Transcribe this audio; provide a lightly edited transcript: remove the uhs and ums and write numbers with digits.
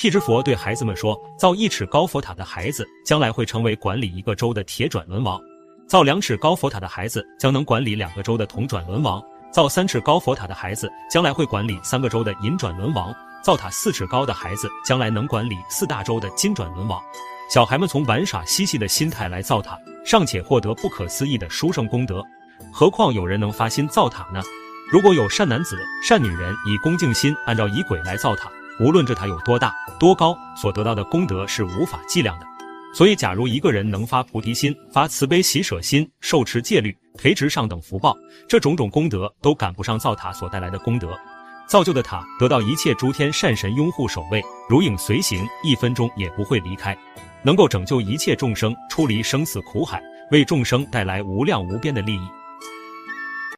辟支佛对孩子们说，造1尺高佛塔的孩子将来会成为管理1个州的铁转轮王，造2尺高佛塔的孩子将能管理2个州的铜转轮王，造3尺高佛塔的孩子将来会管理3个州的银转轮王，造塔4尺高的孩子将来能管理4大洲的金转轮王。小孩们从玩耍嬉戏的心态来造塔，尚且获得不可思议的殊胜功德，何况有人能发心造塔呢？如果有善男子、善女人以恭敬心按照仪轨来造塔，无论这塔有多大多高，所得到的功德是无法计量的。所以假如一个人能发菩提心、发慈悲喜舍心、受持戒律、培植上等福报，这种种功德都赶不上造塔所带来的功德。造就的塔得到一切诸天善神拥护守卫，如影随形，1分钟也不会离开，能够拯救一切众生出离生死苦海，为众生带来无量无边的利益。